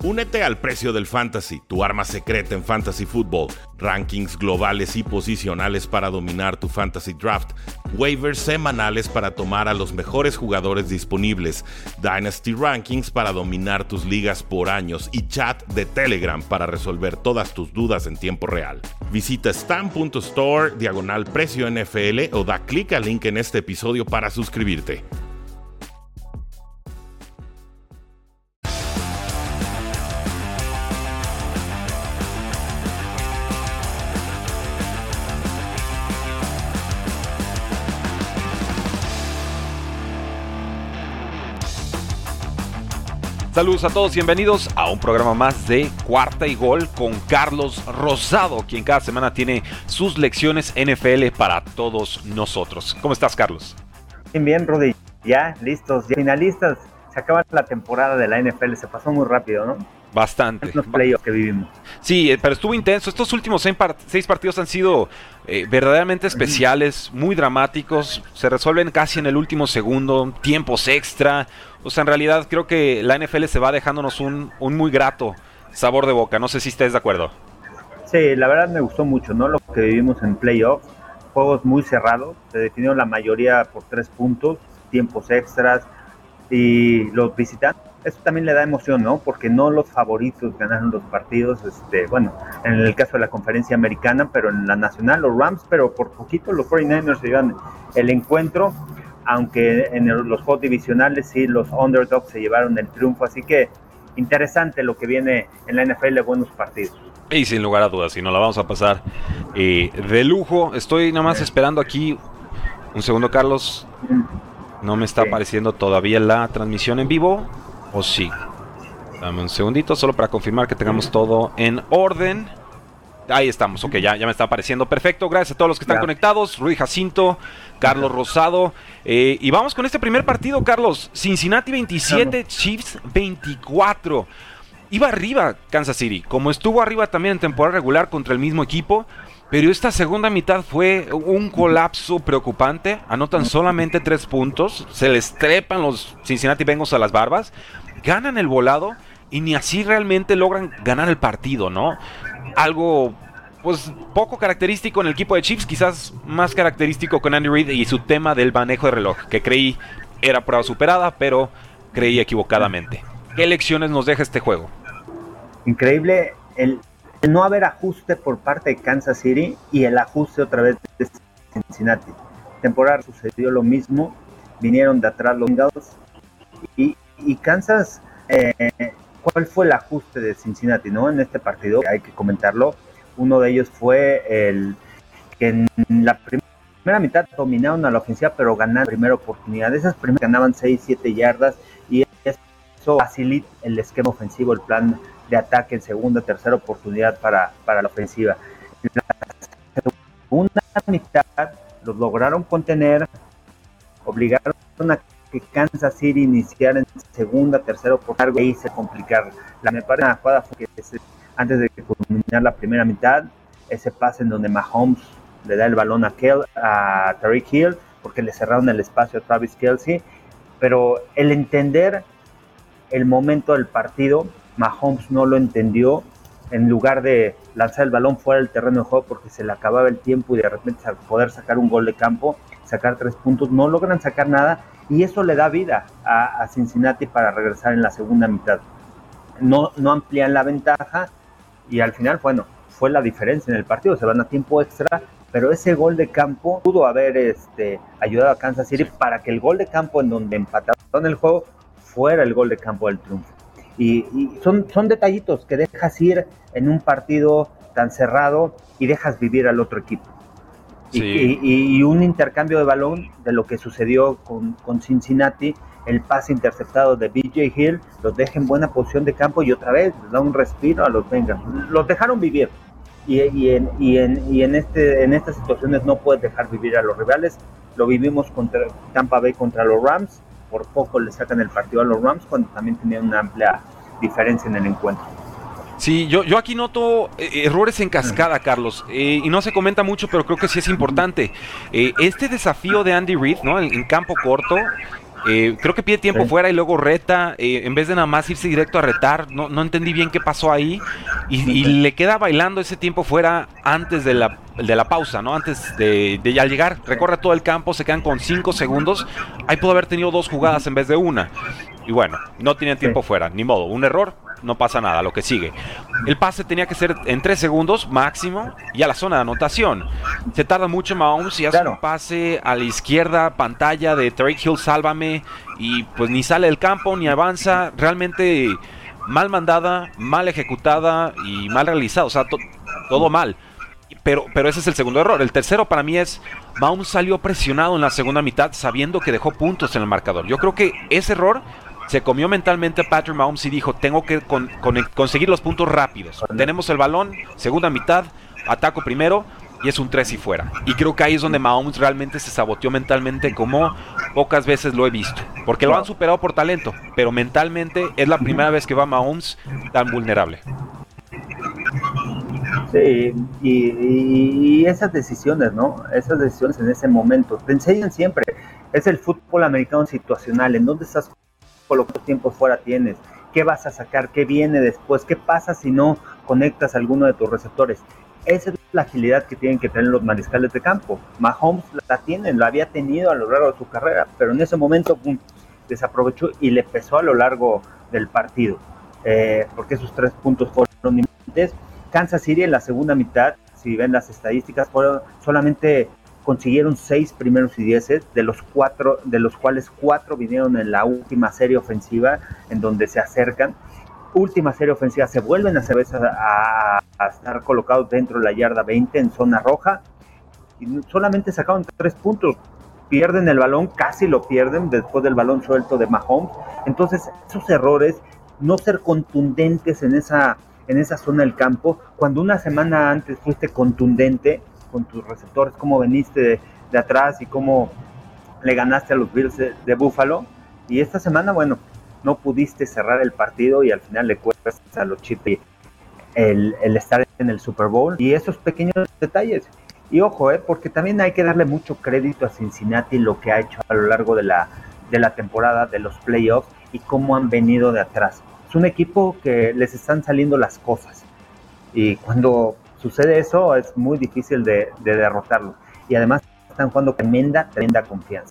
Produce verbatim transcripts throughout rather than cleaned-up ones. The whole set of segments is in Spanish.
Únete al Precio del Fantasy, tu arma secreta en Fantasy Football. Rankings globales y posicionales para dominar tu Fantasy Draft. Waivers semanales para tomar a los mejores jugadores disponibles. Dynasty Rankings para dominar tus ligas por años. Y chat de Telegram para resolver todas tus dudas en tiempo real. Visita stam punto store, diagonal precio N F L o da clic al link en este episodio para suscribirte. Saludos a todos, bienvenidos a un programa más de Cuarta y Gol con Carlos Rosado, quien cada semana tiene sus lecciones N F L para todos nosotros. ¿Cómo estás, Carlos? Bien, bien, Rudy. Ya, listos, ya finalistas. Se acaba la temporada de la N F L, se pasó muy rápido, ¿no? Bastante. Los playoffs que vivimos. Sí, pero estuvo intenso. Estos últimos seis, part- seis partidos han sido eh, verdaderamente especiales, muy dramáticos. Se resuelven casi en el último segundo, tiempos extra. O sea, en realidad creo que la N F L se va dejándonos un, un muy grato sabor de boca. No sé si estés de acuerdo. Sí, la verdad me gustó mucho, ¿no? Lo que vivimos en playoffs. Juegos muy cerrados. Se definió la mayoría por tres puntos, tiempos extras. Y los visitantes, eso también le da emoción, ¿no? Porque no los favoritos ganaron los partidos, este, bueno, en el caso de la conferencia americana, pero en la nacional, los Rams, pero por poquito los cuarenta y nueve ers se llevan el encuentro, aunque en el, los juegos divisionales sí, los underdogs se llevaron el triunfo, así que interesante lo que viene en la N F L, buenos partidos. Y sin lugar a dudas, y nos la vamos a pasar eh, de lujo. Estoy nada más esperando aquí, un segundo, Carlos. No me está sí. apareciendo todavía la transmisión en vivo, ¿o sí? Dame un segundito, solo para confirmar que tengamos todo en orden. Ahí estamos, ok, ya, ya me está apareciendo. Perfecto, gracias a todos los que están ya. conectados. Rudy Jacinto, Carlos Rosado. Eh, y vamos con este primer partido, Carlos. Cincinnati veintisiete, Vamos. Chiefs veinticuatro. Iba arriba Kansas City, como estuvo arriba también en temporada regular contra el mismo equipo. Pero esta segunda mitad fue un colapso preocupante. Anotan solamente tres puntos. Se les trepan los Cincinnati Bengals a las barbas. Ganan el volado y ni así realmente logran ganar el partido, ¿no? Algo, pues, poco característico en el equipo de Chiefs. Quizás más característico con Andy Reid y su tema del manejo de reloj, que creí era prueba superada, pero creí equivocadamente. ¿Qué lecciones nos deja este juego? Increíble el... no haber ajuste por parte de Kansas City y el ajuste otra vez de Cincinnati. Temporada sucedió lo mismo, vinieron de atrás los Bengals y, y Kansas, eh, ¿cuál fue el ajuste de Cincinnati, no? En este partido hay que comentarlo. Uno de ellos fue el que en la primera mitad dominaron a la ofensiva, pero ganaron la primera oportunidad. Esas primeras ganaban seis, siete yardas y eso facilita el esquema ofensivo, el plan de ataque en segunda, tercera oportunidad para, para la ofensiva. La segunda mitad los lograron contener, obligaron a que Kansas City iniciara en segunda, tercera oportunidad y se complicar. La me parece una jugada fue que ese, antes de culminar la primera mitad, ese pase en donde Mahomes le da el balón a, Kel, a Tyreek Hill, porque le cerraron el espacio a Travis Kelce, pero el entender el momento del partido, Mahomes no lo entendió. En lugar de lanzar el balón fuera del terreno de juego porque se le acababa el tiempo y de repente poder sacar un gol de campo, sacar tres puntos, no logran sacar nada y eso le da vida a, a Cincinnati para regresar en la segunda mitad. No, no amplían la ventaja y al final, bueno, fue la diferencia en el partido, se van a tiempo extra, pero ese gol de campo pudo haber este, ayudado a Kansas City para que el gol de campo en donde empataron el juego fuera el gol de campo del triunfo. Y, y son, son detallitos que dejas ir en un partido tan cerrado y dejas vivir al otro equipo. Sí. Y, y, y un intercambio de balón de lo que sucedió con, con Cincinnati, el pase interceptado de B J Hill, los deja en buena posición de campo y otra vez les da un respiro a los Bengals. Los dejaron vivir. Y, y, en, y, en, y en, este, en estas situaciones no puedes dejar vivir a los rivales. Lo vivimos contra Tampa Bay contra los Rams. Por poco le sacan el partido a los Rams cuando también tenían una amplia diferencia en el encuentro. Sí, yo, yo aquí noto eh, errores en cascada, Carlos, eh, y no se comenta mucho, pero creo que sí es importante. Eh, este desafío de Andy Reid, ¿no? En, en campo corto, Eh, creo que pide tiempo Sí. fuera y luego reta, eh, en vez de nada más irse directo a retar. No, no entendí bien qué pasó ahí. Y, y le queda bailando ese tiempo fuera antes de la, de la pausa, ¿no? Antes de, de ya llegar. Recorre todo el campo, se quedan con cinco segundos. Ahí pudo haber tenido dos jugadas en vez de una. Y bueno, no tenían tiempo Sí. fuera, ni modo. Un error, no pasa nada, lo que sigue. El pase tenía que ser en tres segundos máximo y a la zona de anotación. Se tarda mucho Mahomes y hace Claro. un pase a la izquierda, pantalla de Tyreek Hill, sálvame, y pues ni sale del campo ni avanza. Realmente mal mandada, mal ejecutada y mal realizada. O sea, to- todo mal. Pero, pero ese es el segundo error. El tercero para mí es, Mahomes salió presionado en la segunda mitad sabiendo que dejó puntos en el marcador. Yo creo que ese error se comió mentalmente a Patrick Mahomes y dijo, tengo que con- con- conseguir los puntos rápidos. Tenemos el balón, segunda mitad, ataco primero y es un tres y fuera. Y creo que ahí es donde Mahomes realmente se saboteó mentalmente como pocas veces lo he visto. Porque lo han superado por talento, pero mentalmente es la primera vez que va Mahomes tan vulnerable. Sí, y, y- y esas decisiones, ¿no? Esas decisiones en ese momento te enseñan siempre. Es el fútbol americano situacional. ¿En dónde estás colocando tiempo fuera tienes? ¿Qué vas a sacar? ¿Qué viene después? ¿Qué pasa si no conectas a alguno de tus receptores? Esa es la agilidad que tienen que tener los mariscales de campo. Mahomes la tienen, la había tenido a lo largo de su carrera, pero en ese momento pum, desaprovechó y le pesó a lo largo del partido. Eh, porque esos tres puntos fueron importantes. Kansas City en la segunda mitad, si ven las estadísticas, fueron, solamente consiguieron seis primeros y dieces, de los cuatro, de los cuales cuatro vinieron en la última serie ofensiva, en donde se acercan. Última serie ofensiva, se vuelven a, a, a estar colocados dentro de la yarda veinte en zona roja, y solamente sacaron tres puntos. Pierden el balón, casi lo pierden después del balón suelto de Mahomes. Entonces, esos errores, no ser contundentes en esa, en esa zona del campo, cuando una semana antes fuiste contundente con tus receptores, cómo veniste de, de atrás y cómo le ganaste a los Bills de, de Buffalo, y esta semana, bueno, no pudiste cerrar el partido y al final le cuesta a los Chiefs el, el estar en el Super Bowl, y esos pequeños detalles. Y ojo, eh, porque también hay que darle mucho crédito a Cincinnati, lo que ha hecho a lo largo de la, de la temporada, de los playoffs, y cómo han venido de atrás. Es un equipo que les están saliendo las cosas, y cuando sucede eso es muy difícil de, de derrotarlo, y además están jugando con tremenda, tremenda confianza.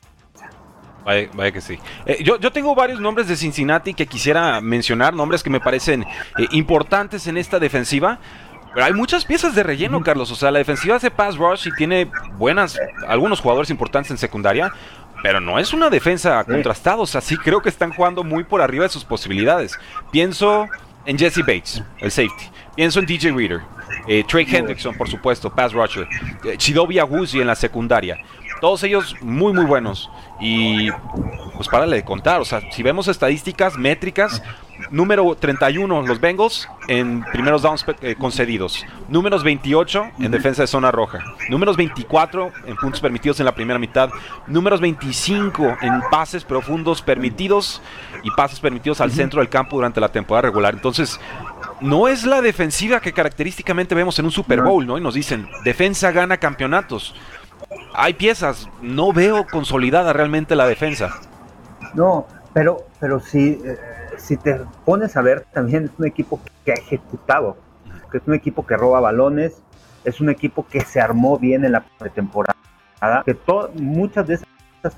Vaya, vaya que sí. Eh, yo, yo tengo varios nombres de Cincinnati que quisiera mencionar, nombres que me parecen eh, importantes en esta defensiva. Pero hay muchas piezas de relleno, Carlos. O sea, la defensiva hace pass rush y tiene buenas, algunos jugadores importantes en secundaria, pero no es una defensa Sí. contrastada. O sea, sí creo que están jugando muy por arriba de sus posibilidades. Pienso en Jesse Bates, el safety. Pienso en D J Reader. Eh, Trey Hendrickson, por supuesto, pass rusher. Eh, Chidobe Awuzie en la secundaria. Todos ellos muy, muy buenos. Y pues párale de contar. O sea, si vemos estadísticas, métricas, número treinta y uno, los Bengals en primeros downs eh, concedidos. Números veintiocho en defensa de zona roja. Números veinticuatro en puntos permitidos en la primera mitad. Números veinticinco en pases profundos permitidos y pases permitidos al centro del campo durante la temporada regular. Entonces, no es la defensiva que característicamente vemos en un Super Bowl, ¿no? Y nos dicen, defensa gana campeonatos. Hay piezas, no veo consolidada realmente la defensa. No, pero, pero si, eh, si te pones a ver, también es un equipo que ha ejecutado, que es un equipo que roba balones, es un equipo que se armó bien en la pretemporada, que to, muchas de esas,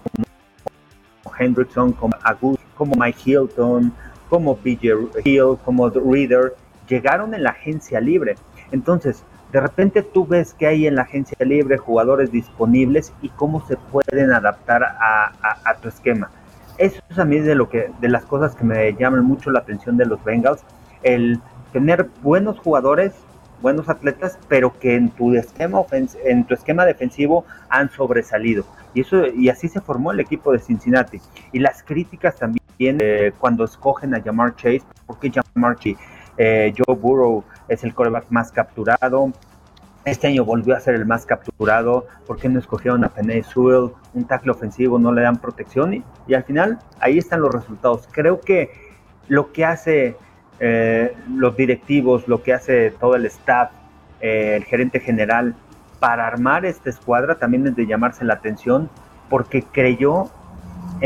como Hendrickson, como Agus, como Mike Hilton, como P J Hill, como Reader, llegaron en la agencia libre. Entonces, de repente tú ves que hay en la agencia libre jugadores disponibles y cómo se pueden adaptar a, a, a tu esquema. Eso es a mí de, lo que, de las cosas que me llaman mucho la atención de los Bengals, el tener buenos jugadores, buenos atletas, pero que en tu esquema ofens- en tu esquema defensivo han sobresalido. Y eso y así se formó el equipo de Cincinnati. Y las críticas también eh, cuando escogen a Ja'Marr Chase, porque Ja'Marr Chase, eh, Joe Burrow es el quarterback más capturado. Este año volvió a ser el más capturado. ¿Por qué no escogieron a Penei Sewell? Un tackle ofensivo, no le dan protección. Y, y al final, ahí están los resultados. Creo que lo que hace eh, los directivos, lo que hace todo el staff, eh, el gerente general, para armar esta escuadra, también es de llamarse la atención, porque creyó en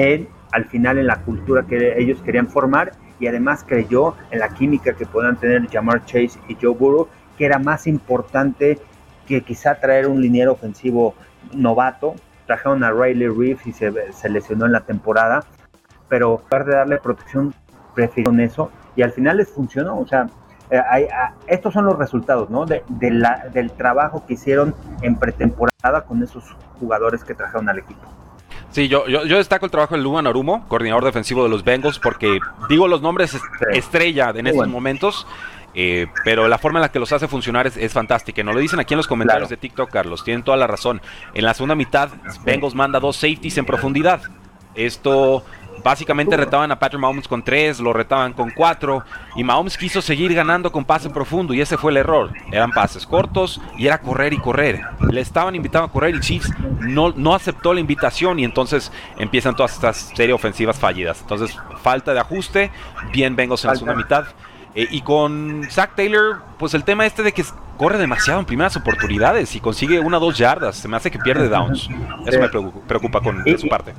al final en la cultura que ellos querían formar, y además creyó en la química que puedan tener Ja'Marr Chase y Joe Burrow, que era más importante que quizá traer un liniero ofensivo novato. Trajeron a Riley Reeves y se, se lesionó en la temporada, pero en lugar de darle protección, prefirieron eso, y al final les funcionó. O sea, eh, hay, a, estos son los resultados, ¿no? De, de la, del trabajo que hicieron en pretemporada con esos jugadores que trajeron al equipo. Sí, yo, yo, yo destaco el trabajo de Lou Anarumo, coordinador defensivo de los Bengals, porque digo los nombres est- sí. estrella en estos bueno. momentos, eh, pero la forma en la que los hace funcionar es, es fantástica. Nos lo dicen aquí en los comentarios claro. de TikTok, Carlos, tienen toda la razón. En la segunda mitad, sí. Bengals manda dos safeties en profundidad. Esto... Básicamente retaban a Patrick Mahomes con tres, lo retaban con cuatro, y Mahomes quiso seguir ganando con pase profundo, y ese fue el error. Eran pases cortos y era correr y correr. Le estaban invitando a correr y Chiefs no, no aceptó la invitación, y entonces empiezan todas estas series ofensivas fallidas. Entonces, falta de ajuste, bien Bengals en la segunda mitad. Eh, y con Zac Taylor, pues el tema este de que corre demasiado en primeras oportunidades y consigue una o dos yardas, se me hace que pierde downs. Eso me preocupa con, de su parte.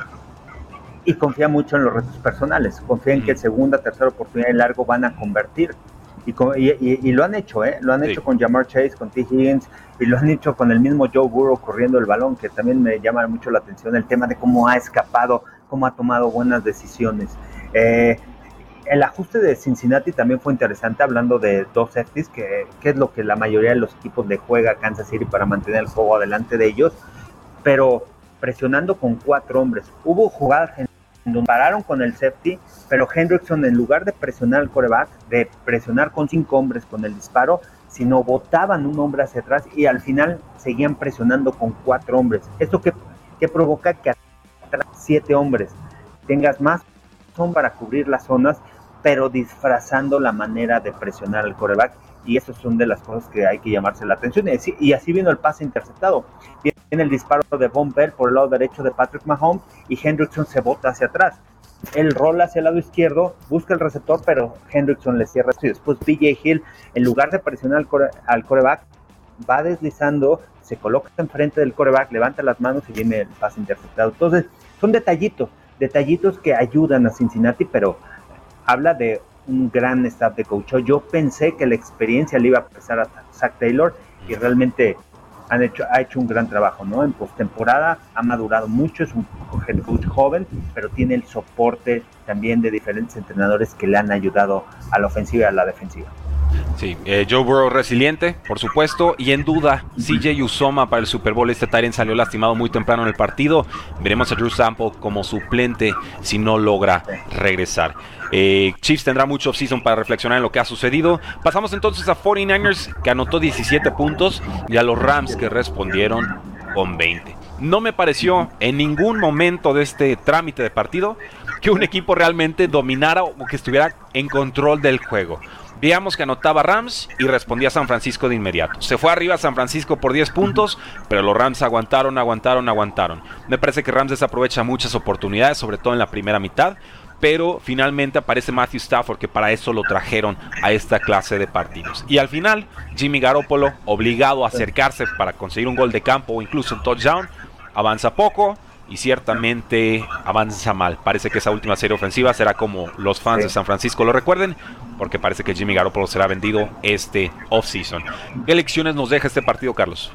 Y confía mucho en los retos personales, confía en mm. que segunda, tercera oportunidad y largo van a convertir, y, y, y, y lo han hecho, ¿eh? Lo han sí. hecho con Ja'Marr Chase, con T. Higgins, y lo han hecho con el mismo Joe Burrow corriendo el balón, que también me llama mucho la atención el tema de cómo ha escapado, cómo ha tomado buenas decisiones. Eh, el ajuste de Cincinnati también fue interesante, hablando de dos safeties, que, que es lo que la mayoría de los equipos le juega a Kansas City para mantener el juego adelante de ellos, pero presionando con cuatro hombres. Hubo jugadas en donde pararon con el safety, pero Hendrickson, en lugar de presionar al quarterback, de presionar con cinco hombres con el disparo, sino botaban un hombre hacia atrás y al final seguían presionando con cuatro hombres. Esto que, que provoca que atrás siete hombres tengas más son para cubrir las zonas, pero disfrazando la manera de presionar al quarterback, y esas son de las cosas que hay que llamarse la atención. Y así, y así vino el pase interceptado. Viene el disparo de Von Bell por el lado derecho de Patrick Mahomes, y Hendrickson se bota hacia atrás. Él rola hacia el lado izquierdo, busca el receptor, pero Hendrickson le cierra. Y después B J Hill, en lugar de presionar al, core, al quarterback, va deslizando, se coloca enfrente del quarterback, levanta las manos y viene el pase interceptado. Entonces, son detallitos, detallitos que ayudan a Cincinnati, pero habla de un gran staff de coach. Yo pensé que la experiencia le iba a pesar a Zac Taylor, y realmente han hecho, ha hecho un gran trabajo, ¿no? En postemporada ha madurado mucho, es un head coach joven, pero tiene el soporte también de diferentes entrenadores que le han ayudado a la ofensiva y a la defensiva. Sí, eh, Joe Burrow resiliente, por supuesto, y en duda C J Uzomah para el Super Bowl. Este Tyrant salió lastimado muy temprano en el partido. Veremos a Drew Sample como suplente si no logra regresar. Eh, Chiefs tendrá mucho off-season para reflexionar en lo que ha sucedido. Pasamos entonces a cuarenta y nueve ers, que anotó diecisiete puntos, y a los Rams, que respondieron con veinte. No me pareció en ningún momento de este trámite de partido que un equipo realmente dominara o que estuviera en control del juego. Veíamos que anotaba Rams y respondía San Francisco de inmediato. Se fue arriba San Francisco por diez puntos, pero los Rams aguantaron, aguantaron, aguantaron. Me parece que Rams desaprovecha muchas oportunidades, sobre todo en la primera mitad, pero finalmente aparece Matthew Stafford, que para eso lo trajeron a esta clase de partidos. Y al final, Jimmy Garoppolo, obligado a acercarse para conseguir un gol de campo o incluso un touchdown, avanza poco y ciertamente avanza mal. Parece que esa última serie ofensiva será como los fans sí. de San Francisco lo recuerden, porque parece que Jimmy Garoppolo será vendido este off-season. ¿Qué lecciones nos deja este partido, Carlos?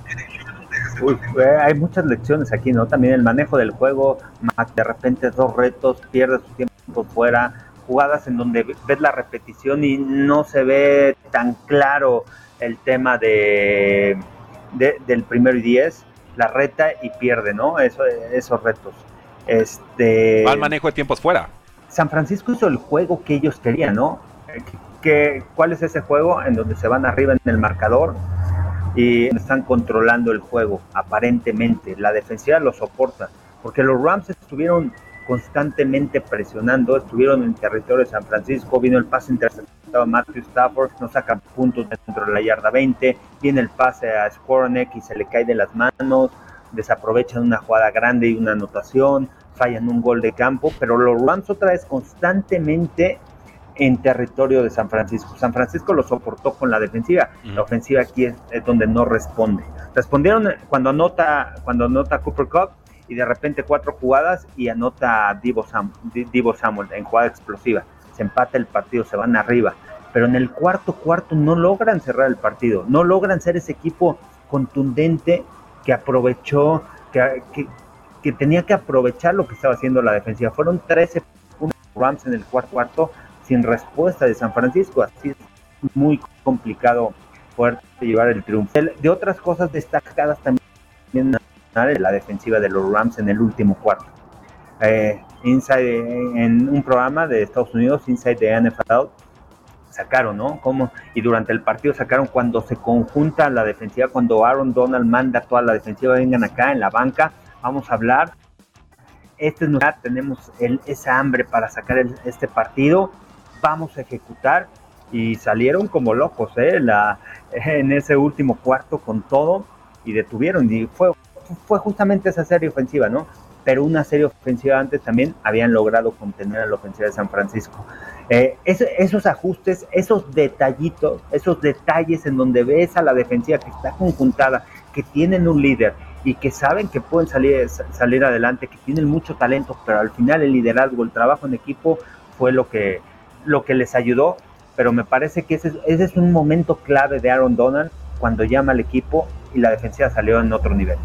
Uy, hay muchas lecciones aquí, ¿no? También el manejo del juego, de repente dos retos, pierdes tu tiempo fuera, jugadas en donde ves la repetición y no se ve tan claro el tema de, de del primero y diez, la reta y pierde, ¿no? Eso, esos retos. Este, Mal manejo de tiempos fuera. San Francisco hizo el juego que ellos querían, ¿no? ¿Qué, ¿Cuál es ese juego? En donde se van arriba en el marcador y están controlando el juego, aparentemente. La defensiva lo soporta, porque los Rams estuvieron constantemente presionando, estuvieron en territorio de San Francisco, vino el pase interceptado a Matthew Stafford, no sacan puntos dentro de la yarda veinte, viene el pase a Skowronek y se le cae de las manos, desaprovechan una jugada grande y una anotación, fallan un gol de campo, pero los Rams otra vez constantemente en territorio de San Francisco. San Francisco lo soportó con la defensiva, mm. la ofensiva aquí es, es donde no responde. Respondieron cuando anota, cuando anota Cooper Kupp, y de repente cuatro jugadas y anota Deebo, Sam, Deebo Samuel en jugada explosiva. Se empata el partido, se van arriba. Pero en el cuarto cuarto no logran cerrar el partido, no logran ser ese equipo contundente que aprovechó, que, que, que tenía que aprovechar lo que estaba haciendo la defensiva. Fueron trece puntos Rams en el cuarto cuarto sin respuesta de San Francisco, así es muy complicado poder llevar el triunfo. De otras cosas destacadas también la defensiva de los Rams en el último cuarto. Eh, Inside, en un programa de Estados Unidos, Inside the N F L, sacaron, ¿no? Como, y durante el partido sacaron cuando se conjunta la defensiva, cuando Aaron Donald manda a toda la defensiva, vengan acá en la banca, vamos a hablar. Este es nuestra, tenemos el, esa hambre para sacar el, este partido, vamos a ejecutar, y salieron como locos, ¿eh? La, en ese último cuarto con todo, y detuvieron, y fue, fue justamente esa serie ofensiva, ¿no? Pero una serie ofensiva antes también habían logrado contener a la ofensiva de San Francisco. Eh, es, esos ajustes, esos detallitos, esos detalles en donde ves a la defensiva que está conjuntada, que tienen un líder y que saben que pueden salir, salir adelante, que tienen mucho talento, pero al final el liderazgo, el trabajo en equipo fue lo que, lo que les ayudó. Pero me parece que ese, ese es un momento clave de Aaron Donald cuando llama al equipo y la defensiva salió en otro nivel.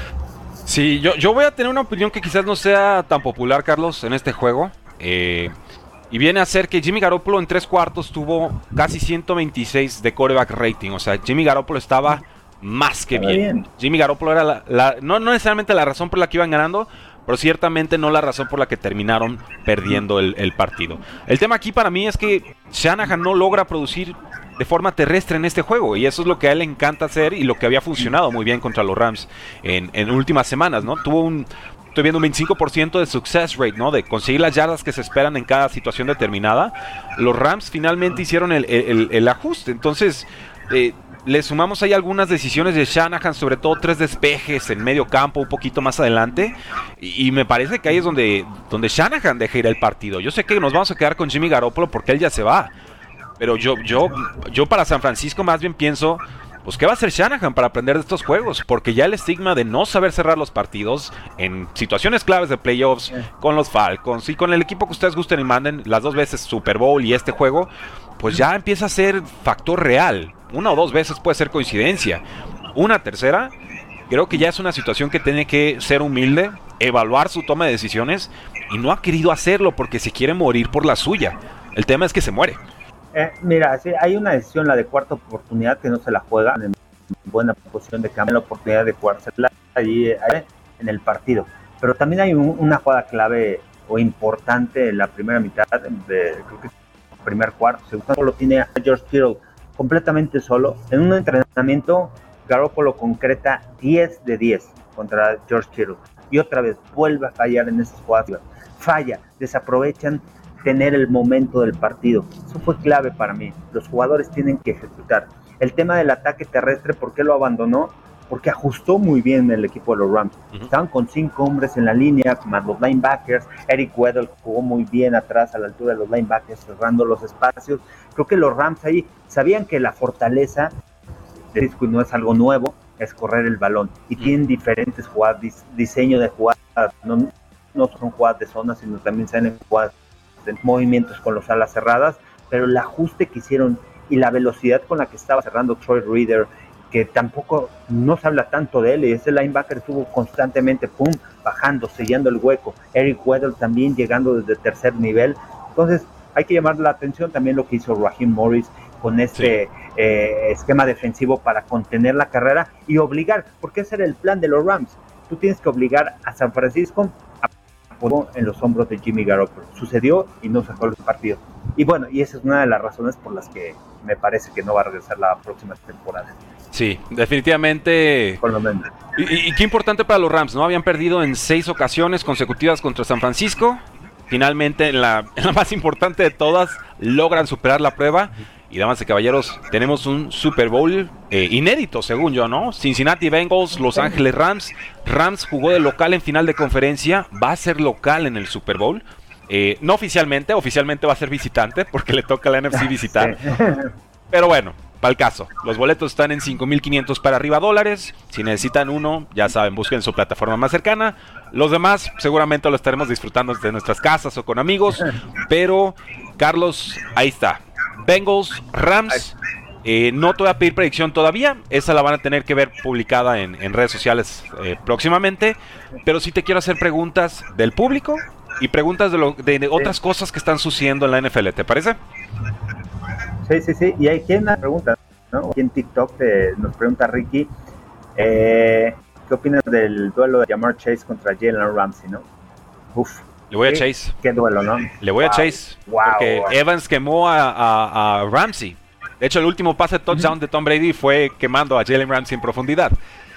Sí, yo, yo voy a tener una opinión que quizás no sea tan popular, Carlos, en este juego. Eh, y viene a ser que Jimmy Garoppolo en tres cuartos tuvo casi ciento veintiséis de quarterback rating. O sea, Jimmy Garoppolo estaba más que bien. bien. Jimmy Garoppolo era la, la, no, no necesariamente la razón por la que iban ganando, pero ciertamente no la razón por la que terminaron perdiendo el, el partido. El tema aquí para mí es que Shanahan no logra producir de forma terrestre en este juego, y eso es lo que a él le encanta hacer y lo que había funcionado muy bien contra los Rams en, en últimas semanas, ¿no? Tuvo un, estoy viendo un veinticinco por ciento de success rate, ¿no? De conseguir las yardas que se esperan en cada situación determinada. Los Rams finalmente hicieron el, el, el ajuste, entonces eh, le sumamos ahí algunas decisiones de Shanahan, sobre todo tres despejes en medio campo, un poquito más adelante, y, y me parece que ahí es donde, donde Shanahan deja ir el partido. Yo sé que nos vamos a quedar con Jimmy Garoppolo porque él ya se va, pero yo, yo, yo para San Francisco más bien pienso, pues ¿qué va a hacer Shanahan para aprender de estos juegos? Porque ya el estigma de no saber cerrar los partidos en situaciones claves de playoffs, con los Falcons y con el equipo que ustedes gusten y manden, las dos veces Super Bowl y este juego, pues ya empieza a ser factor real. Una o dos veces puede ser coincidencia. Una tercera, creo que ya es una situación que tiene que ser humilde, evaluar su toma de decisiones, y no ha querido hacerlo porque se quiere morir por la suya. El tema es que se muere. Eh, mira, sí, hay una decisión, la de cuarta oportunidad, que no se la juegan en buena posición de cambiar la oportunidad de jugársela allí eh, en el partido. Pero también hay un, una jugada clave o importante en la primera mitad, de, creo que es el primer cuarto, segundo lo tiene a George Kittle completamente solo. En un entrenamiento, Garoppolo concreta diez de diez contra George Kittle. Y otra vez vuelve a fallar en esas jugadas. Falla, desaprovechan tener el momento del partido. Eso fue clave para mí. Los jugadores tienen que ejecutar. El tema del ataque terrestre, ¿por qué lo abandonó? Porque ajustó muy bien el equipo de los Rams. Uh-huh. Estaban con cinco hombres en la línea, más los linebackers. Eric Weddle jugó muy bien atrás a la altura de los linebackers, cerrando los espacios. Creo que los Rams ahí sabían que la fortaleza de Cisco, y no es algo nuevo, es correr el balón. Y uh-huh. tienen diferentes jugadas, dis- diseño de jugadas. No, no son jugadas de zona, sino también salen jugadas de movimientos con las alas cerradas. Pero el ajuste que hicieron y la velocidad con la que estaba cerrando Troy Reader, que tampoco no se habla tanto de él, y ese linebacker estuvo constantemente pum, bajando, sellando el hueco. Eric Weddle también llegando desde tercer nivel. Entonces hay que llamar la atención también lo que hizo Raheem Morris con este sí. eh, esquema defensivo para contener la carrera y obligar, porque ese era el plan de los Rams. Tú tienes que obligar a San Francisco a poner en los hombros de Jimmy Garoppolo. Sucedió y no sacó el partido. Y bueno, y esa es una de las razones por las que me parece que no va a regresar la próxima temporada. Sí, definitivamente. Por lo menos. Y, y qué importante para los Rams, ¿no? Habían perdido en seis ocasiones consecutivas contra San Francisco. Finalmente, en la, en la más importante de todas, logran superar la prueba. Y damas y caballeros, tenemos un Super Bowl eh, inédito, según yo, ¿no? Cincinnati Bengals, Los Ángeles Rams. Rams jugó de local en final de conferencia, va a ser local en el Super Bowl. Eh, no oficialmente, oficialmente va a ser visitante, porque le toca a la N F C visitar. Sí. Pero bueno, para el caso. Los boletos están en cinco mil quinientos para arriba dólares. Si necesitan uno, ya saben, busquen su plataforma más cercana. Los demás seguramente lo estaremos disfrutando desde nuestras casas o con amigos. Pero, Carlos, ahí está. Bengals, Rams. Eh, no te voy a pedir predicción todavía. Esa la van a tener que ver publicada en, en redes sociales eh, próximamente. Pero sí te quiero hacer preguntas del público y preguntas de, lo, de, de otras cosas que están sucediendo en la N F L. ¿Te parece? Sí, sí, sí. Y hay quien me pregunta, ¿no? Aquí en TikTok eh, nos pregunta Ricky, eh, ¿qué opinas del duelo de Ja'Marr Chase contra Jalen Ramsey, no? Uf. Le voy a ¿Qué, Chase. Qué duelo, ¿no? Le voy wow. a Chase. Wow. Porque Evans quemó a, a, a Ramsey. De hecho, el último pase touchdown uh-huh. de Tom Brady fue quemando a Jalen Ramsey en profundidad.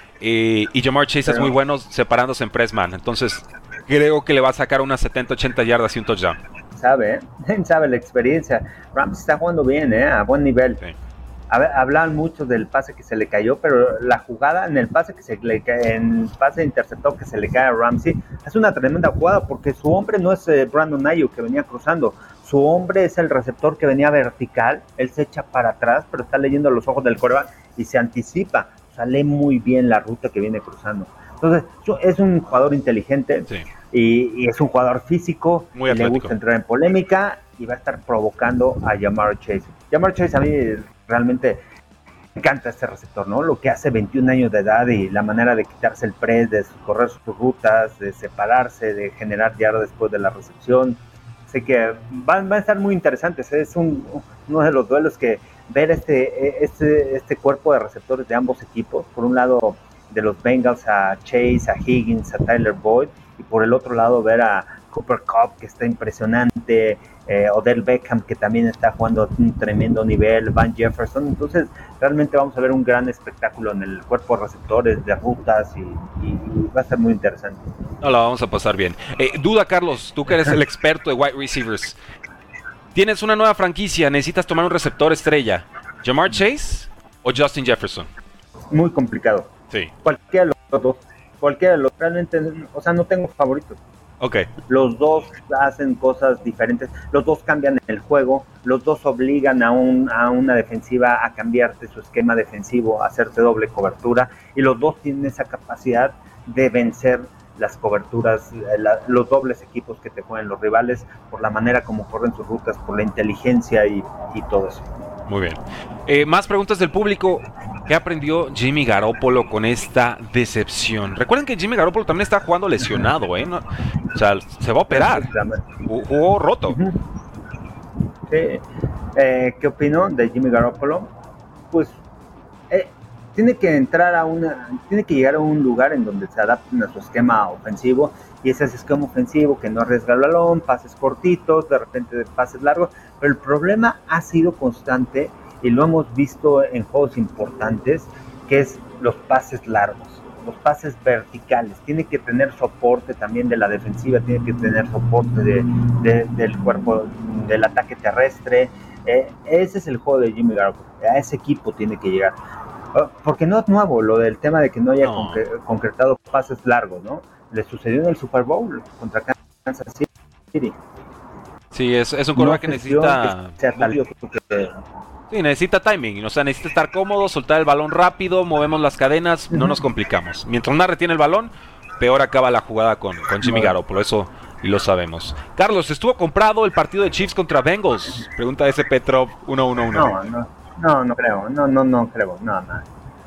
Eh, y Ja'Marr Chase Pero... es muy bueno separándose en press man. Entonces, creo que le va a sacar unas setenta, ochenta yardas y un touchdown. Sabe, ¿eh? Sabe la experiencia. Ramsey está jugando bien, ¿eh? A buen nivel. Sí. A ver, hablaban mucho del pase que se le cayó, pero la jugada en el pase que se le cae, en el pase interceptado que se le cae a Ramsey, es una tremenda jugada porque su hombre no es eh, Brandon Ayuk que venía cruzando. Su hombre es el receptor que venía vertical, él se echa para atrás, pero está leyendo los ojos del quarterback y se anticipa, o sea, lee muy bien la ruta que viene cruzando. Entonces, es un jugador inteligente sí. y, y es un jugador físico, muy le gusta entrar en polémica y va a estar provocando a Ja'Marr Chase. Ja'Marr Chase a mí realmente me encanta este receptor, ¿no? Lo que hace veintiún años de edad y la manera de quitarse el press, de correr sus rutas, de separarse, de generar yardas después de la recepción. Así que van, van a estar muy interesantes. Es un, uno de los duelos que ver este, este, este cuerpo de receptores de ambos equipos. Por un lado, de los Bengals a Chase, a Higgins, a Tyler Boyd. Y por el otro lado, ver a Cooper Kupp, que está impresionante. Eh, Odell Beckham, que también está jugando a un tremendo nivel. Van Jefferson. Entonces, realmente vamos a ver un gran espectáculo en el cuerpo de receptores, de rutas. Y, y, y va a ser muy interesante. No, la vamos a pasar bien. Eh, duda, Carlos, tú que eres el experto de wide receivers. Tienes una nueva franquicia, necesitas tomar un receptor estrella. ¿Ja'Marr Chase o Justin Jefferson? Muy complicado. Sí. Cualquiera de los dos. Cualquiera de los realmente, o sea, no tengo favoritos. Ok. Los dos hacen cosas diferentes, los dos cambian el juego, los dos obligan a, un, a una defensiva a cambiarte su esquema defensivo, a hacerte doble cobertura, y los dos tienen esa capacidad de vencer las coberturas, la, los dobles equipos que te juegan los rivales, por la manera como corren sus rutas, por la inteligencia y, y todo eso. Muy bien. Eh, más preguntas del público. ¿Qué aprendió Jimmy Garoppolo con esta decepción? Recuerden que Jimmy Garoppolo también está jugando lesionado, ¿eh? No, o sea, se va a operar. Jugó roto. Uh-huh. Sí. Eh, ¿Qué opino de Jimmy Garoppolo? Pues eh, tiene que entrar a una, tiene que llegar a un lugar en donde se adapten a su esquema ofensivo, y ese es esquema ofensivo que no arriesga el balón, pases cortitos, de repente pases largos, pero el problema ha sido constante y lo hemos visto en juegos importantes, que es los pases largos, los pases verticales. Tiene que tener soporte también de la defensiva, tiene que tener soporte de, de, del cuerpo, del ataque terrestre. Eh, ese es el juego de Jimmy Garoppolo, a ese equipo tiene que llegar. Porque no es nuevo lo del tema de que no haya no. concre- concretado pases largos, ¿no? Le sucedió en el Super Bowl contra Kansas City. Sí, es, es un quarterback no que necesita... Que sí, necesita timing, o sea, necesita estar cómodo, soltar el balón rápido, movemos las cadenas, uh-huh. no nos complicamos. Mientras más retiene el balón, peor acaba la jugada con, con Jimmy Garoppolo, eso lo sabemos. Carlos, ¿estuvo comprado el partido de Chiefs contra Bengals? Pregunta ese Petrov uno uno uno. No, no, no, no creo, no, no, no creo, no, no.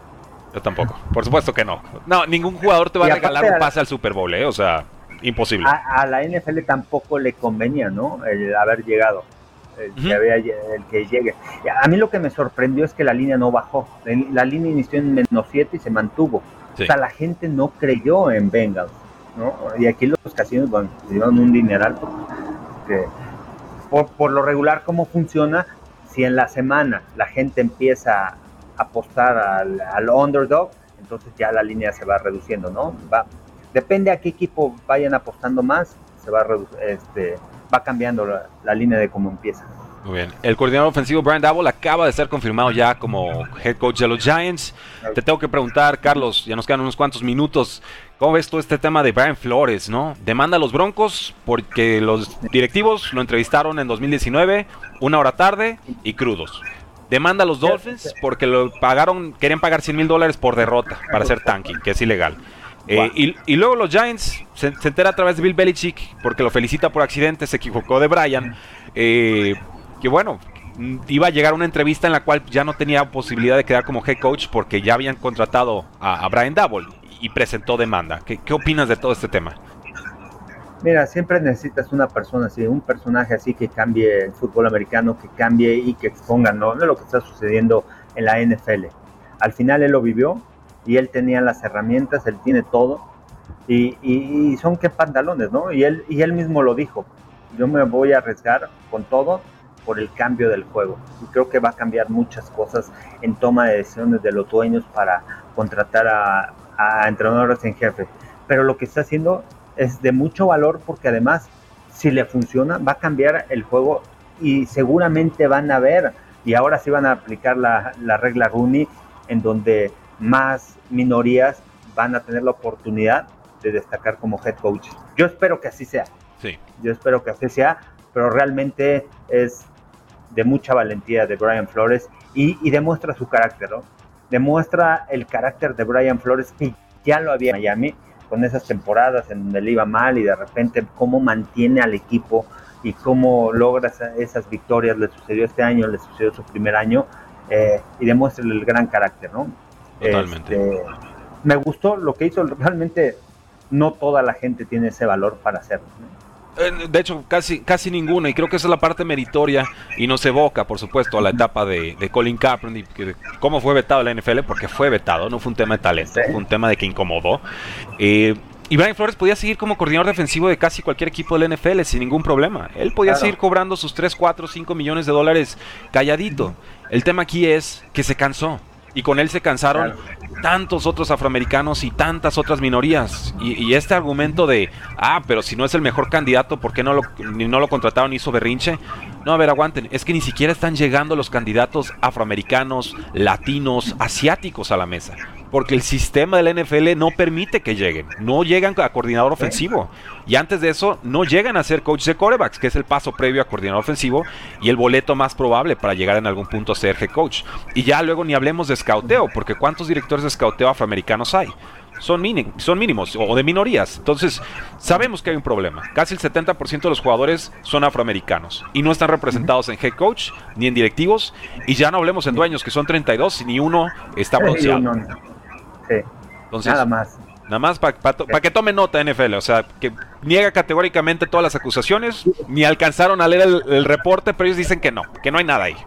Yo tampoco, por supuesto que no. No, ningún jugador te va a regalar un pase al Super Bowl, ¿eh? O sea, imposible. A, a la N F L tampoco le convenía, ¿no? El haber llegado. El, uh-huh. que había, el que llegue. A mí lo que me sorprendió es que la línea no bajó. La línea inició en menos siete y se mantuvo. Sí. O sea, la gente no creyó en Bengals, ¿no? Y aquí los casinos, bueno, se llevan un dineral porque, por, por lo regular, ¿cómo funciona? Si en la semana la gente empieza a apostar al, al underdog, entonces ya la línea se va reduciendo, ¿no? Va, depende a qué equipo vayan apostando más, se va redu- este va cambiando la, la línea de cómo empieza. Muy bien. El coordinador ofensivo Brian Daboll acaba de ser confirmado ya como head coach de los Giants. Te tengo que preguntar, Carlos, ya nos quedan unos cuantos minutos, ¿cómo ves tú este tema de Brian Flores, no? Demanda a los Broncos porque los directivos lo entrevistaron en dos mil diecinueve, una hora tarde y crudos. demanda a los Dolphins porque lo pagaron, querían pagar cien mil dólares por derrota para hacer tanking, que es ilegal. Eh, wow. y, y luego los Giants se, se entera a través de Bill Belichick porque lo felicita por accidente, se equivocó de Brian, eh, que bueno, iba a llegar una entrevista en la cual ya no tenía posibilidad de quedar como head coach porque ya habían contratado a, a Brian Daboll y presentó demanda. ¿Qué, qué opinas de todo este tema? Mira, siempre necesitas una persona así, un personaje así que cambie el fútbol americano, que cambie y que exponga, ¿no? No lo que está sucediendo en la N F L. Al final él lo vivió y él tenía las herramientas, él tiene todo y, y, y son que pantalones, ¿no? Y él, y él mismo lo dijo, yo me voy a arriesgar con todo por el cambio del juego. Y creo que va a cambiar muchas cosas en toma de decisiones de los dueños para contratar a, a entrenadores en jefe. Pero lo que está haciendo es de mucho valor porque además, si le funciona, va a cambiar el juego y seguramente van a ver, y ahora sí van a aplicar la, la regla Rooney, en donde más minorías van a tener la oportunidad de destacar como head coach. Yo espero que así sea. Sí. Yo espero que así sea, pero realmente es de mucha valentía de Brian Flores y, y demuestra su carácter, ¿no? Demuestra el carácter de Brian Flores que ya lo había en Miami, con esas temporadas en donde le iba mal y de repente cómo mantiene al equipo y cómo logra esa, esas victorias. Le sucedió este año, le sucedió su primer año eh, y demuestra el gran carácter, ¿no? Totalmente. Este, me gustó lo que hizo, realmente no toda la gente tiene ese valor para hacerlo, ¿no? De hecho, casi casi ninguna, y creo que esa es la parte meritoria, y nos evoca, por supuesto, a la etapa de, de Colin Kaepernick, que, cómo fue vetado en la N F L, porque fue vetado, no fue un tema de talento, ¿sí? Fue un tema de que incomodó. Eh, y Brian Flores podía seguir como coordinador defensivo de casi cualquier equipo de la N F L sin ningún problema. Él podía claro. seguir cobrando sus tres, cuatro, cinco millones de dólares calladito. El tema aquí es que se cansó. Y con él se cansaron claro. tantos otros afroamericanos y tantas otras minorías. Y, y este argumento de, ah, pero si no es el mejor candidato, ¿por qué no lo, no lo contrataron y hizo berrinche? No, a ver, aguanten. Es que ni siquiera están llegando los candidatos afroamericanos, latinos, asiáticos a la mesa. Porque el sistema de la N F L no permite que lleguen. No llegan a coordinador ofensivo. Y antes de eso, no llegan a ser coach de quarterbacks, que es el paso previo a coordinador ofensivo y el boleto más probable para llegar en algún punto a ser head coach. Y ya luego ni hablemos de escauteo, porque ¿cuántos directores de escauteo afroamericanos hay? Son, mínimos, son mínimos o de minorías. Entonces, sabemos que hay un problema. Casi el setenta por ciento de los jugadores son afroamericanos y no están representados en head coach ni en directivos. Y ya no hablemos en dueños, que son treinta y dos y ni uno está bronceado. Sí. Entonces, nada más. Nada más para pa, pa que tome nota N F L, o sea, que niega categóricamente todas las acusaciones, ni alcanzaron a leer el, el reporte, pero ellos dicen que no, que no hay nada ahí.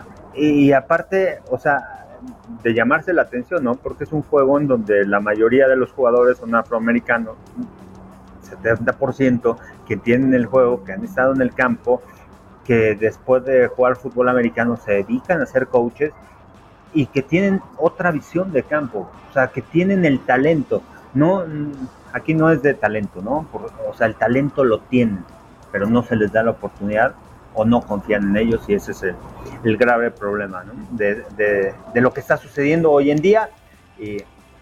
Y aparte, o sea, de llamarse la atención, ¿no? Porque es un juego en donde la mayoría de los jugadores son afroamericanos, setenta por ciento que entienden el juego, que han estado en el campo, que después de jugar fútbol americano se dedican a ser coaches y que tienen otra visión de campo, o sea, que tienen el talento. No, aquí no es de talento, ¿no? Por, o sea, el talento lo tienen, pero no se les da la oportunidad o no confían en ellos y ese es el, el grave problema, ¿no? de, de, de lo que está sucediendo hoy en día. Y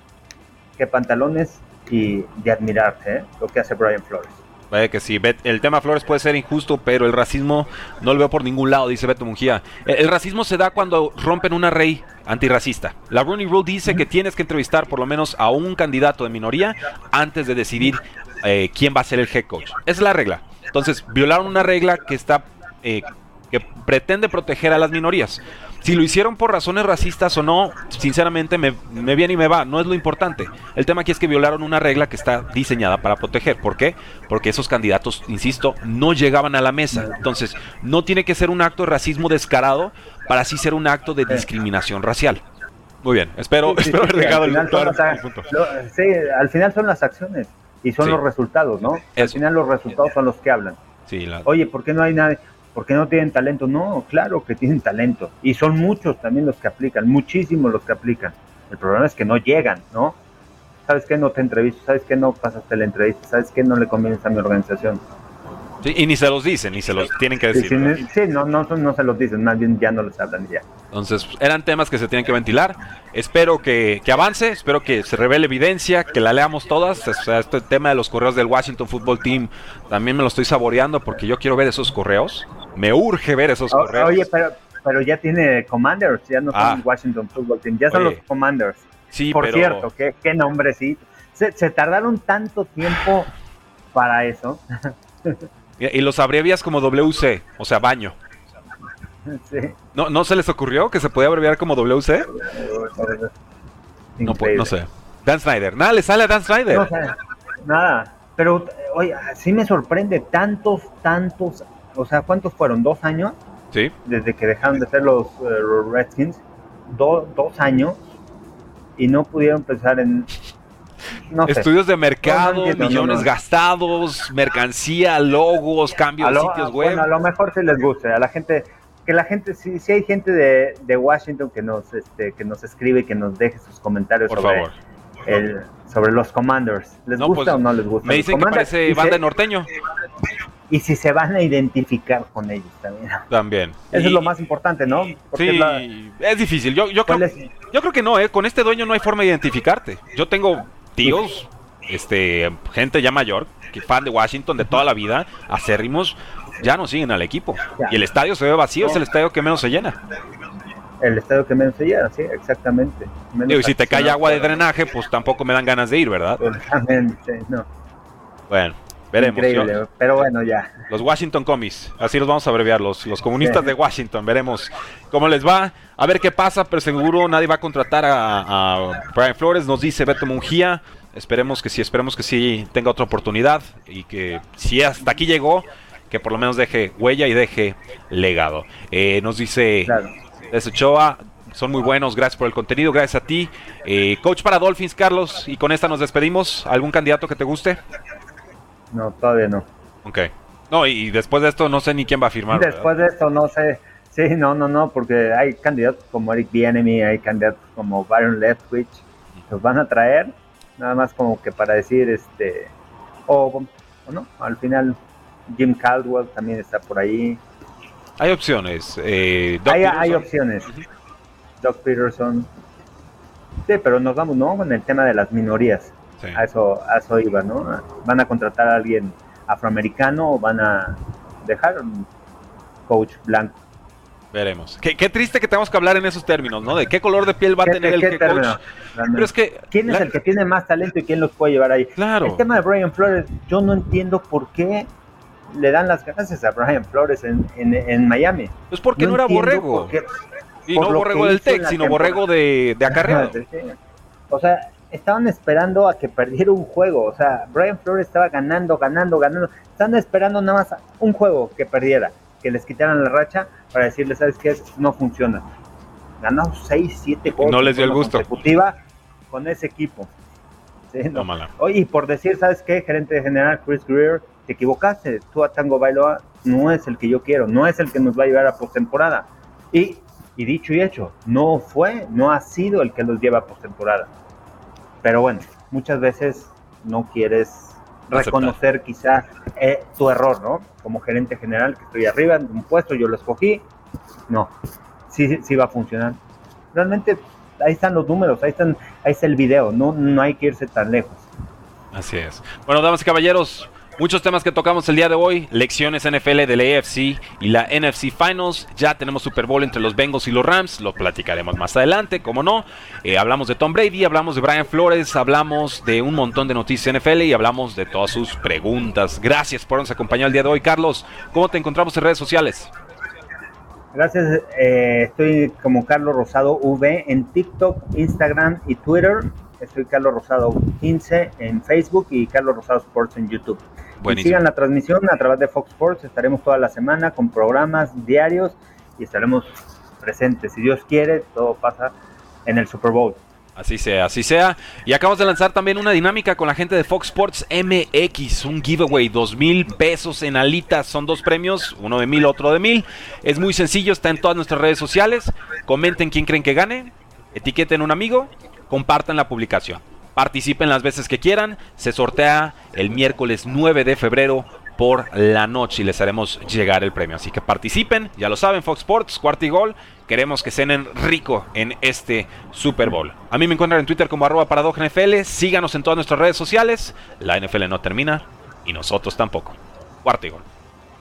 qué pantalones y de admirarse, ¿eh? Lo que hace Brian Flores. Vaya que sí, el tema Flores puede ser injusto, pero el racismo no lo veo por ningún lado, dice Beto Mungía. El, el racismo se da cuando rompen una ley antirracista. La Rooney Rule dice que tienes que entrevistar por lo menos a un candidato de minoría antes de decidir eh, quién va a ser el head coach. Esa es la regla. Entonces, violaron una regla que está eh, que pretende proteger a las minorías. Si lo hicieron por razones racistas o no, sinceramente me, me viene y me va, no es lo importante. El tema aquí es que violaron una regla que está diseñada para proteger. ¿Por qué? Porque esos candidatos, insisto, no llegaban a la mesa. Entonces, no tiene que ser un acto de racismo descarado para así ser un acto de discriminación racial. Muy bien, espero, sí, sí, sí, espero haber sí, dejado el, el, claro, las, el punto. Lo, sí, al final son las acciones y son sí. los resultados, ¿no? Eso. Al final los resultados son los que hablan. Sí, la... Oye, ¿por qué no hay nadie? ¿Por qué no tienen talento? No, claro que tienen talento. Y son muchos también los que aplican, muchísimos los que aplican. El problema es que no llegan, ¿no? ¿Sabes qué? No te entrevisto, ¿sabes qué? No pasaste la entrevista, ¿sabes qué? No le convienes a mi organización. Sí, y ni se los dicen, ni se los tienen que decir. Sí, sí, sí no, no, no se los dicen, más bien ya no les hablan ya. Entonces, eran temas que se tienen que ventilar. Espero que, que avance, espero que se revele evidencia, que la leamos todas. O sea, este tema de los correos del Washington Football Team también me lo estoy saboreando porque yo quiero ver esos correos. Me urge ver esos o, correos. Oye, pero, pero ya tiene Commanders, ya no son Ah. Washington Football Team, ya son Oye. los Commanders. Sí, Por pero... cierto, qué, qué nombre, sí. Se, se tardaron tanto tiempo para eso. Y los abrevias como W C, o sea, baño. Sí. ¿No, ¿No se les ocurrió que se podía abreviar como W C? No, pues, no sé. Dan Snyder. Nada, le sale a Dan Snyder. No sé, nada. Pero, oye, sí me sorprende tantos, tantos. O sea, ¿cuántos fueron? ¿Dos años? Sí. Desde que dejaron de ser los, uh, los Redskins. Do, dos años. Y no pudieron pensar en. No sé. Estudios de mercado, No, no entiendo, millones no, no. gastados, mercancía, logos, cambio A de lo, sitios web. bueno, a lo mejor sí les gusta. A la gente. Que la gente, si, si hay gente de, de Washington que nos, este, que nos escribe y que nos deje sus comentarios Por sobre, favor. el, sobre los Commanders. ¿Les No, gusta pues, o no les gusta? Me los dicen que Commanders? parece Y banda se- de norteño. Y si se van a identificar con ellos también. También. Eso Y- es lo más importante, ¿no? Porque Sí, es la- es difícil. Yo, yo, creo, ¿cuál es? yo creo que no, ¿eh? Con este dueño no hay forma de identificarte. Yo tengo tíos, este, gente ya mayor, que fan de Washington de toda la vida, acérrimos, ya no siguen al equipo. Ya. Y el estadio se ve vacío, es el estadio que menos se llena. El estadio que menos se llena, sí, exactamente. Menos Digo, y si te cae aficionados, agua de pero- drenaje, pues tampoco me dan ganas de ir, ¿verdad? Exactamente, no. Bueno, veremos. Increíble, Yo- pero bueno, ya. Los Washington Commies, así los vamos a abreviar, los, los comunistas Sí. de Washington, veremos cómo les va, a ver qué pasa, pero seguro nadie va a contratar a, a Brian Flores, nos dice Beto Mungía, esperemos que sí, esperemos que sí tenga otra oportunidad y que si hasta aquí llegó, que por lo menos deje huella y deje legado. Eh, nos dice Claro. desde Ochoa, son muy buenos, gracias por el contenido, gracias a ti. Eh, coach para Dolphins, Carlos, y con esta nos despedimos, ¿algún candidato que te guste? No, todavía no. Ok. No, y después de esto no sé ni quién va a firmar. ¿verdad? Después de esto, no sé. Sí, no, no, no, porque hay candidatos como Eric Bieniemy, hay candidatos como Byron Leftwich, los van a traer, nada más como que para decir, este, o, o no, al final Jim Caldwell también está por ahí. Hay opciones. Eh, Doug Hay, hay Peterson. opciones. Doug Peterson. Sí, pero nos vamos, ¿no? Con el tema de las minorías. Sí. A eso, a eso iba, ¿no? ¿Van a contratar a alguien afroamericano o van a dejar un coach blanco? Veremos. Qué, qué triste que tengamos que hablar en esos términos, ¿no? De qué color de piel va a ¿Qué- tener el qué que término? coach. Realmente. Pero es que. ¿Quién es la- el que tiene más talento y quién los puede llevar ahí? Claro. El tema de Brian Flores, yo no entiendo por qué le dan las gracias a Brian Flores en, en, en Miami. Pues porque no, era entiendo borrego. por qué- Y por no lo borrego que del hizo en Tec, la sino temporada. borrego de, de acarreado. Sí. O sea, estaban esperando a que perdiera un juego. O sea, Brian Flores estaba ganando, ganando, ganando. Estaban esperando nada más un juego que perdiera, que les quitaran la racha para decirles, ¿sabes qué? No funciona. Ganó seis, siete juegos No les dio de el forma gusto. consecutiva con ese equipo. Sí, no. Tómala. Oye, y por decir, ¿sabes qué? Gerente general Chris Greer, te equivocaste. Tú a Tango Bailoa no es el que yo quiero, no es el que nos va a llevar a postemporada. Y, y dicho y hecho, no fue, no ha sido el que los lleva a postemporada. Pero bueno, muchas veces no quieres Aceptar. reconocer quizá eh, tu error, ¿no? Como gerente general, que estoy arriba en un puesto, yo lo escogí. No, sí, sí va a funcionar. Realmente ahí están los números, ahí están, ahí está el video, no, no hay que irse tan lejos. Así es. Bueno, damas y caballeros, muchos temas que tocamos el día de hoy. Lecciones N F L de la A F C y la N F C Finals. Ya tenemos Super Bowl entre los Bengals y los Rams. Lo platicaremos más adelante, como no. Eh, hablamos de Tom Brady, hablamos de Brian Flores, hablamos de un montón de noticias N F L y hablamos de todas sus preguntas. Gracias por habernos acompañado el día de hoy. Carlos, ¿cómo te encontramos en redes sociales? Gracias, eh, estoy como Carlos Rosado V en TikTok, Instagram y Twitter. Estoy Carlos Rosado quince en Facebook y Carlos Rosado Sports en YouTube. Y Buenísimo. sigan la transmisión a través de Fox Sports. Estaremos toda la semana con programas diarios y estaremos presentes. Si Dios quiere, todo pasa en el Super Bowl. Así sea, así sea. Y acabamos de lanzar también una dinámica con la gente de Fox Sports M X, un giveaway, dos mil pesos en alitas, son dos premios, uno de mil, otro de mil. Es muy sencillo, está en todas nuestras redes sociales. Comenten quién creen que gane, etiqueten a un amigo, compartan la publicación. Participen las veces que quieran, se sortea el miércoles nueve de febrero por la noche y les haremos llegar el premio. Así que participen, ya lo saben, Fox Sports, cuarto y gol. Queremos que cenen rico en este Super Bowl. A mí me encuentran en Twitter como arroba paradoja N F L. Síganos en todas nuestras redes sociales. La N F L no termina y nosotros tampoco. Cuarto y gol.